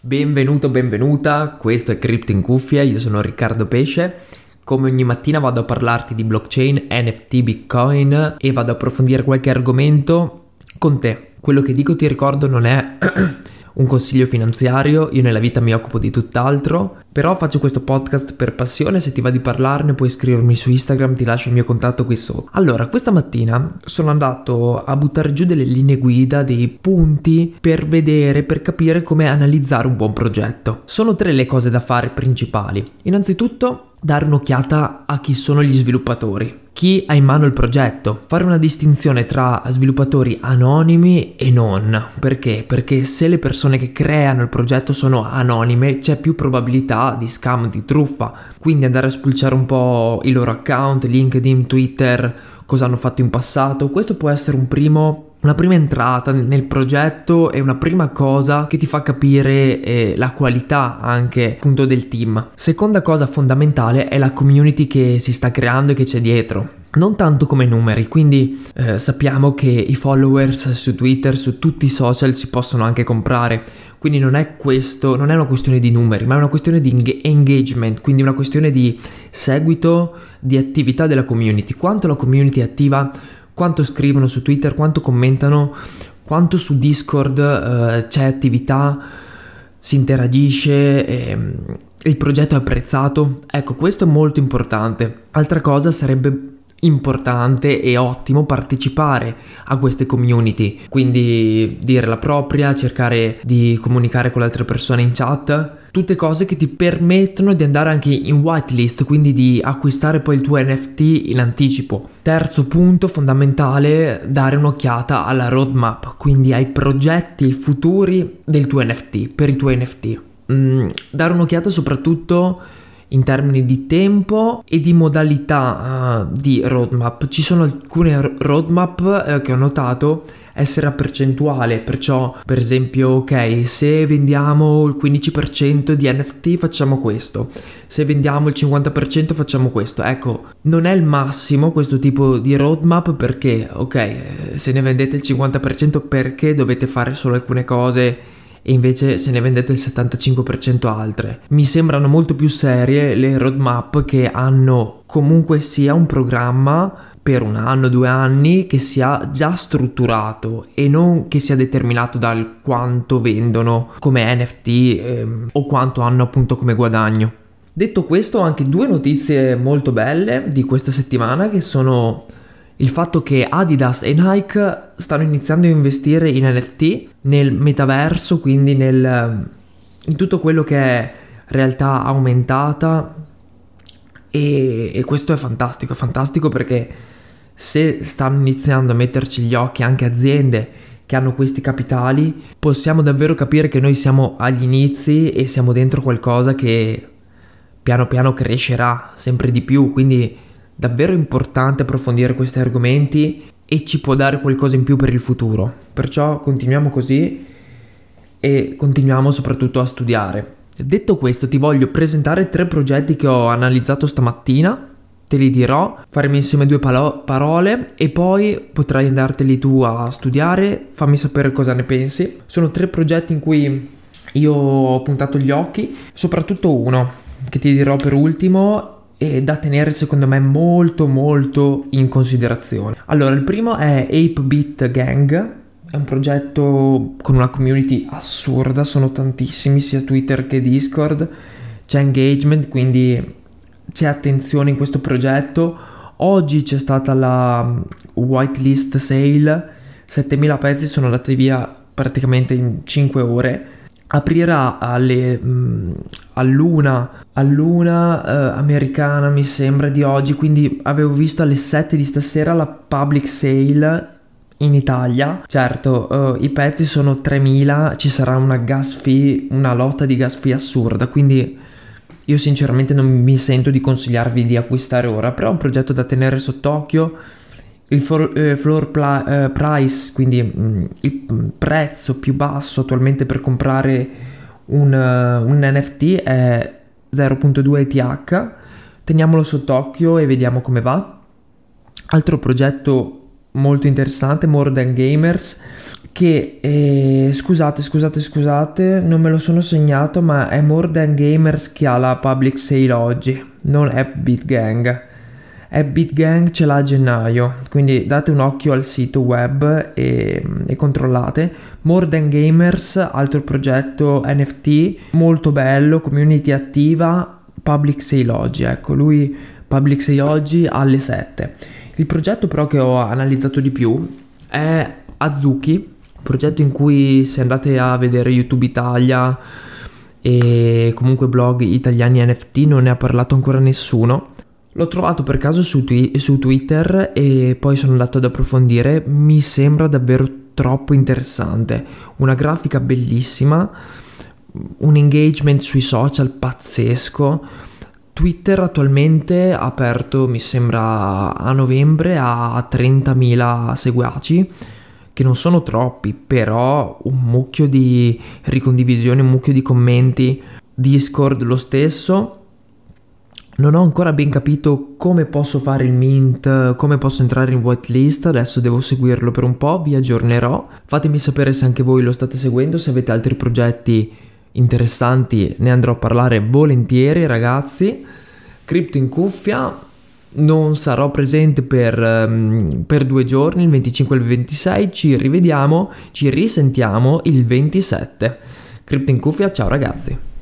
Benvenuto, benvenuta, questo è Crypto in Cuffia, io sono Riccardo Pesce. Come ogni mattina vado a parlarti di blockchain, NFT, Bitcoin e vado a approfondire qualche argomento con te. Quello che dico, ti ricordo, non è un consiglio finanziario, io nella vita mi occupo di tutt'altro, però faccio questo podcast per passione. Se ti va di parlarne puoi scrivermi su Instagram, ti lascio il mio contatto qui sotto. Allora, questa mattina sono andato a buttare giù delle linee guida, dei punti per vedere, per capire come analizzare un buon progetto. Sono tre le cose da fare principali. Innanzitutto, dare un'occhiata a chi sono gli sviluppatori, chi ha in mano il progetto, fare una distinzione tra sviluppatori anonimi e non. Perché? Perché se le persone che creano il progetto sono anonime c'è più probabilità di scam, di truffa, quindi andare a spulciare un po' i loro account, LinkedIn, Twitter, cosa hanno fatto in passato. Questo può essere una prima entrata nel progetto e una prima cosa che ti fa capire la qualità anche appunto del team. Seconda cosa fondamentale è la community che si sta creando e che c'è dietro. Non tanto come numeri, quindi sappiamo che i followers su Twitter, su tutti i social si possono anche comprare, quindi non è una questione di numeri, ma è una questione di engagement, quindi una questione di seguito, di attività della community. Quanto la community è attiva, quanto scrivono su Twitter, quanto commentano, quanto su Discord c'è attività, si interagisce, il progetto è apprezzato. Ecco, questo è molto importante. Altra cosa sarebbe importante e ottimo partecipare a queste community, quindi dire la propria, cercare di comunicare con le altre persone in chat, tutte cose che ti permettono di andare anche in whitelist, quindi di acquistare poi il tuo NFT in anticipo. Terzo punto fondamentale, dare un'occhiata alla roadmap, quindi ai progetti futuri del tuo NFT, per i tuoi NFT. Dare un'occhiata soprattutto in termini di tempo e di modalità di roadmap. Ci sono alcune roadmap che ho notato essere a percentuale, perciò per esempio ok, se vendiamo il 15% di NFT facciamo questo, se vendiamo il 50% facciamo questo. Ecco, non è il massimo questo tipo di roadmap, perché ok, se ne vendete il 50% perché dovete fare solo alcune cose e invece se ne vendete il 75% altre. Mi sembrano molto più serie le roadmap che hanno comunque sia un programma per 1 anno, 2 anni, che sia già strutturato e non che sia determinato dal quanto vendono come NFT o quanto hanno appunto come guadagno. Detto questo, ho anche 2 notizie molto belle di questa settimana, che sono il fatto che Adidas e Nike stanno iniziando a investire in NFT, nel metaverso, quindi in tutto quello che è realtà aumentata, e questo è fantastico perché se stanno iniziando a metterci gli occhi anche aziende che hanno questi capitali, possiamo davvero capire che noi siamo agli inizi e siamo dentro qualcosa che piano piano crescerà sempre di più, quindi davvero importante approfondire questi argomenti e ci può dare qualcosa in più per il futuro. Perciò continuiamo così e continuiamo soprattutto a studiare. Detto questo, ti voglio presentare 3 progetti che ho analizzato stamattina. Te li dirò, faremo insieme 2 parole e poi potrai andarteli tu a studiare. Fammi sapere cosa ne pensi. Sono 3 progetti in cui io ho puntato gli occhi, soprattutto uno che ti dirò per ultimo, e da tenere secondo me molto in considerazione. Allora, il primo è 8-Bit Gang, è un progetto con una community assurda, sono tantissimi sia Twitter che Discord, c'è engagement, quindi c'è attenzione in questo progetto. Oggi c'è stata la whitelist sale, 7000 pezzi sono andati via praticamente in 5 ore. Aprirà all'una americana, mi sembra, di oggi, quindi avevo visto alle 7 di stasera la public sale in Italia. Certo, i pezzi sono 3000, ci sarà una gas fee, una lotta di gas fee assurda, quindi io sinceramente non mi sento di consigliarvi di acquistare ora, però è un progetto da tenere sott'occhio. Il floor price, quindi il prezzo più basso attualmente per comprare un NFT è 0.2 ETH. Teniamolo sott'occhio e vediamo come va. Altro progetto molto interessante, More Than Gamers, che scusate, non me lo sono segnato, ma è More Than Gamers che ha la public sale oggi, non è BitGang. BitGang ce l'ha a gennaio, quindi date un occhio al sito web e controllate. More Than Gamers, altro progetto NFT molto bello, community attiva, public sale oggi, ecco, lui public sale oggi alle 7. Il progetto però che ho analizzato di più è Azuki, progetto in cui, se andate a vedere YouTube Italia e comunque blog italiani NFT, non ne ha parlato ancora nessuno. L'ho trovato per caso su Twitter e poi sono andato ad approfondire. Mi sembra davvero troppo interessante, una grafica bellissima, un engagement sui social pazzesco. Twitter attualmente ha aperto, mi sembra a novembre, a 30.000 seguaci, che non sono troppi, però un mucchio di ricondivisioni, un mucchio di commenti. Discord lo stesso. Non ho ancora ben capito come posso fare il mint, come posso entrare in whitelist, adesso devo seguirlo per un po', vi aggiornerò. Fatemi sapere se anche voi lo state seguendo, se avete altri progetti interessanti ne andrò a parlare volentieri, ragazzi. Cripto in cuffia, non sarò presente per 2 giorni, il 25 e il 26, ci risentiamo il 27. Cripto in cuffia, ciao ragazzi.